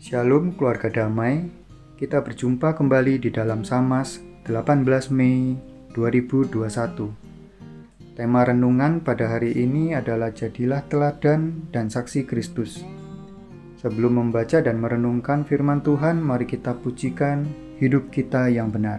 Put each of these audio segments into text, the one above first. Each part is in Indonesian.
Shalom keluarga damai, kita berjumpa kembali di dalam Samas 18 Mei 2021. Tema renungan pada hari ini adalah jadilah teladan dan saksi Kristus. Sebelum membaca dan merenungkan firman Tuhan, mari kita pujikan hidup kita yang benar.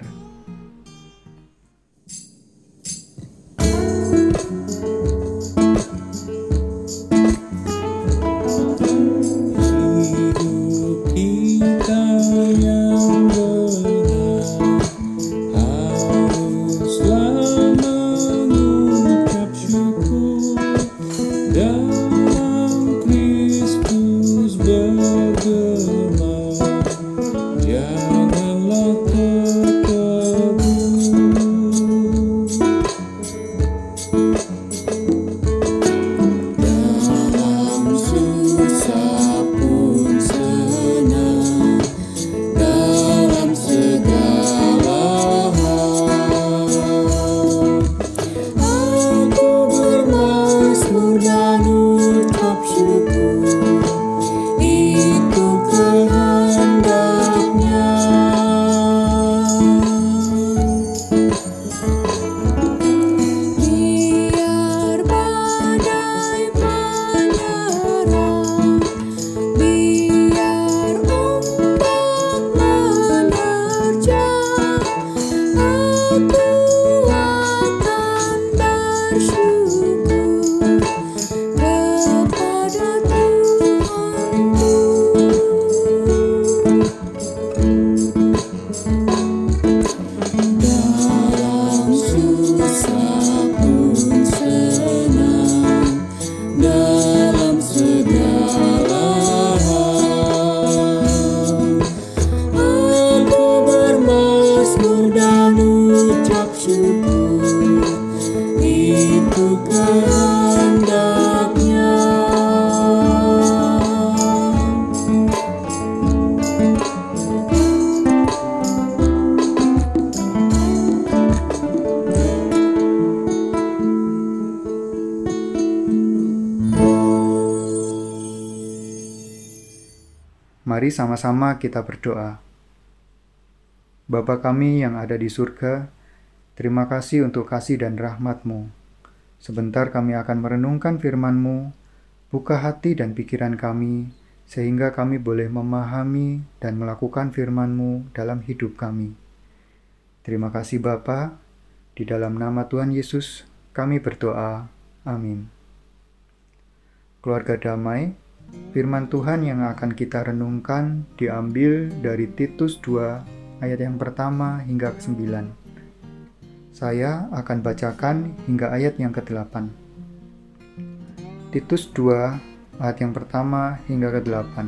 Mari sama-sama kita berdoa. Bapa kami yang ada di surga, terima kasih untuk kasih dan rahmat-Mu. Sebentar kami akan merenungkan firman-Mu, buka hati dan pikiran kami, sehingga kami boleh memahami dan melakukan firman-Mu dalam hidup kami. Terima kasih Bapa, di dalam nama Tuhan Yesus kami berdoa. Amin. Keluarga damai, firman Tuhan yang akan kita renungkan diambil dari Titus 2 ayat yang pertama hingga ke-9. Saya akan bacakan hingga ayat yang ke-8. Titus 2 ayat yang pertama hingga ke-8.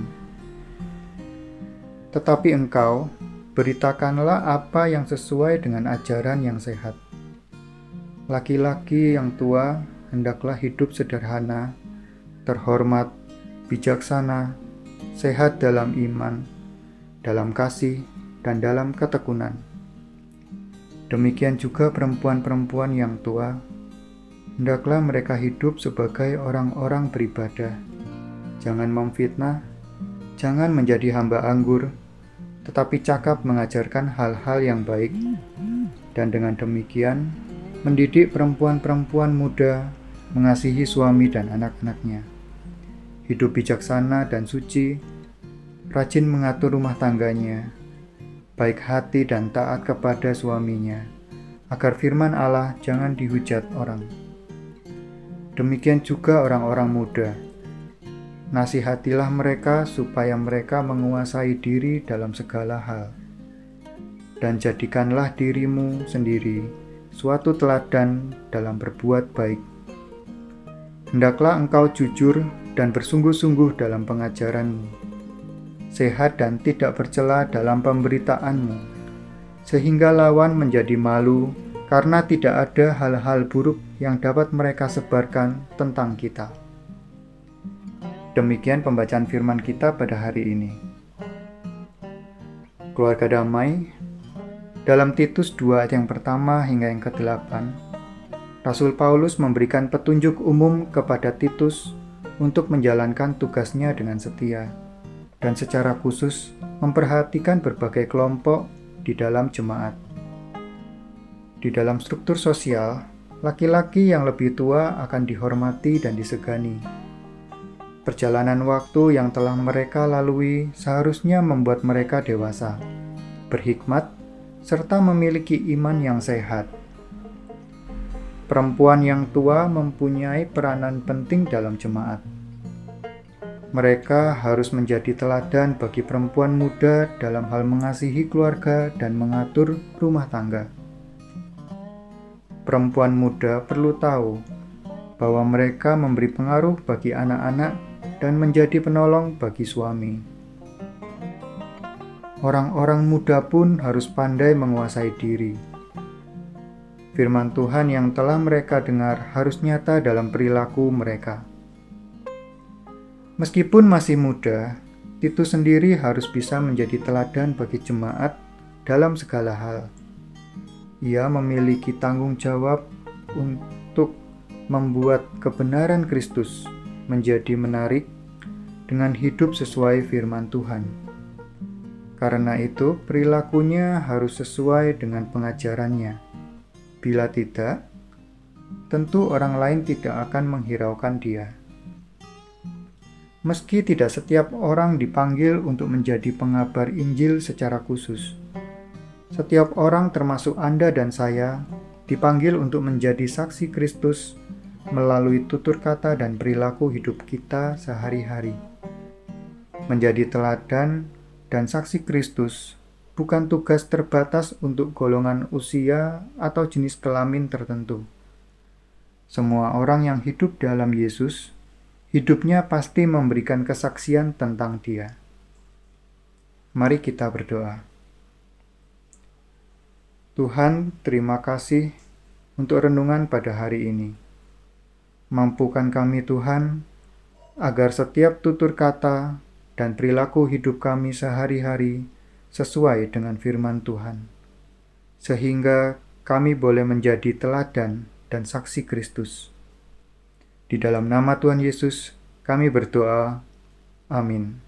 Tetapi engkau beritakanlah apa yang sesuai dengan ajaran yang sehat. Laki-laki yang tua hendaklah hidup sederhana, terhormat, bijaksana, sehat dalam iman, dalam kasih, dan dalam ketekunan. Demikian juga perempuan-perempuan yang tua, hendaklah mereka hidup sebagai orang-orang beribadah. Jangan memfitnah, jangan menjadi hamba anggur, tetapi cakap mengajarkan hal-hal yang baik, dan dengan demikian mendidik perempuan-perempuan muda mengasihi suami dan anak-anaknya. Hidup bijaksana dan suci, rajin mengatur rumah tangganya, baik hati dan taat kepada suaminya, agar firman Allah jangan dihujat orang. Demikian juga orang-orang muda. Nasihatilah mereka supaya mereka menguasai diri dalam segala hal. Dan jadikanlah dirimu sendiri suatu teladan dalam berbuat baik. Hendaklah engkau jujur dan bersungguh-sungguh dalam pengajaranmu, sehat dan tidak bercela dalam pemberitaanmu, sehingga lawan menjadi malu karena tidak ada hal-hal buruk yang dapat mereka sebarkan tentang kita. Demikian pembacaan firman kita pada hari ini. Keluarga damai, dalam Titus 2 ayat yang pertama hingga yang ke-8, Rasul Paulus memberikan petunjuk umum kepada Titus untuk menjalankan tugasnya dengan setia. dan secara khusus memperhatikan berbagai kelompok di dalam jemaat. Di dalam struktur sosial, laki-laki yang lebih tua akan dihormati dan disegani. Perjalanan waktu yang telah mereka lalui seharusnya membuat mereka dewasa, berhikmat, serta memiliki iman yang sehat. Perempuan yang tua mempunyai peranan penting dalam jemaat. Mereka harus menjadi teladan bagi perempuan muda dalam hal mengasihi keluarga dan mengatur rumah tangga. Perempuan muda perlu tahu bahwa mereka memberi pengaruh bagi anak-anak dan menjadi penolong bagi suami. Orang-orang muda pun harus pandai menguasai diri. Firman Tuhan yang telah mereka dengar harus nyata dalam perilaku mereka. Meskipun masih muda, Titus sendiri harus bisa menjadi teladan bagi jemaat dalam segala hal. Ia memiliki tanggung jawab untuk membuat kebenaran Kristus menjadi menarik dengan hidup sesuai firman Tuhan. Karena itu, perilakunya harus sesuai dengan pengajarannya. Bila tidak, tentu orang lain tidak akan menghiraukan dia. Meski tidak setiap orang dipanggil untuk menjadi pengabar Injil secara khusus, setiap orang termasuk Anda dan saya dipanggil untuk menjadi saksi Kristus melalui tutur kata dan perilaku hidup kita sehari-hari. Menjadi teladan dan saksi Kristus bukan tugas terbatas untuk golongan usia atau jenis kelamin tertentu. Semua orang yang hidup dalam Yesus, hidupnya pasti memberikan kesaksian tentang Dia. Mari kita berdoa. Tuhan, terima kasih untuk renungan pada hari ini. Mampukan kami Tuhan, agar setiap tutur kata dan perilaku hidup kami sehari-hari sesuai dengan firman Tuhan, sehingga kami boleh menjadi teladan dan saksi Kristus. Di dalam nama Tuhan Yesus, kami berdoa. Amin.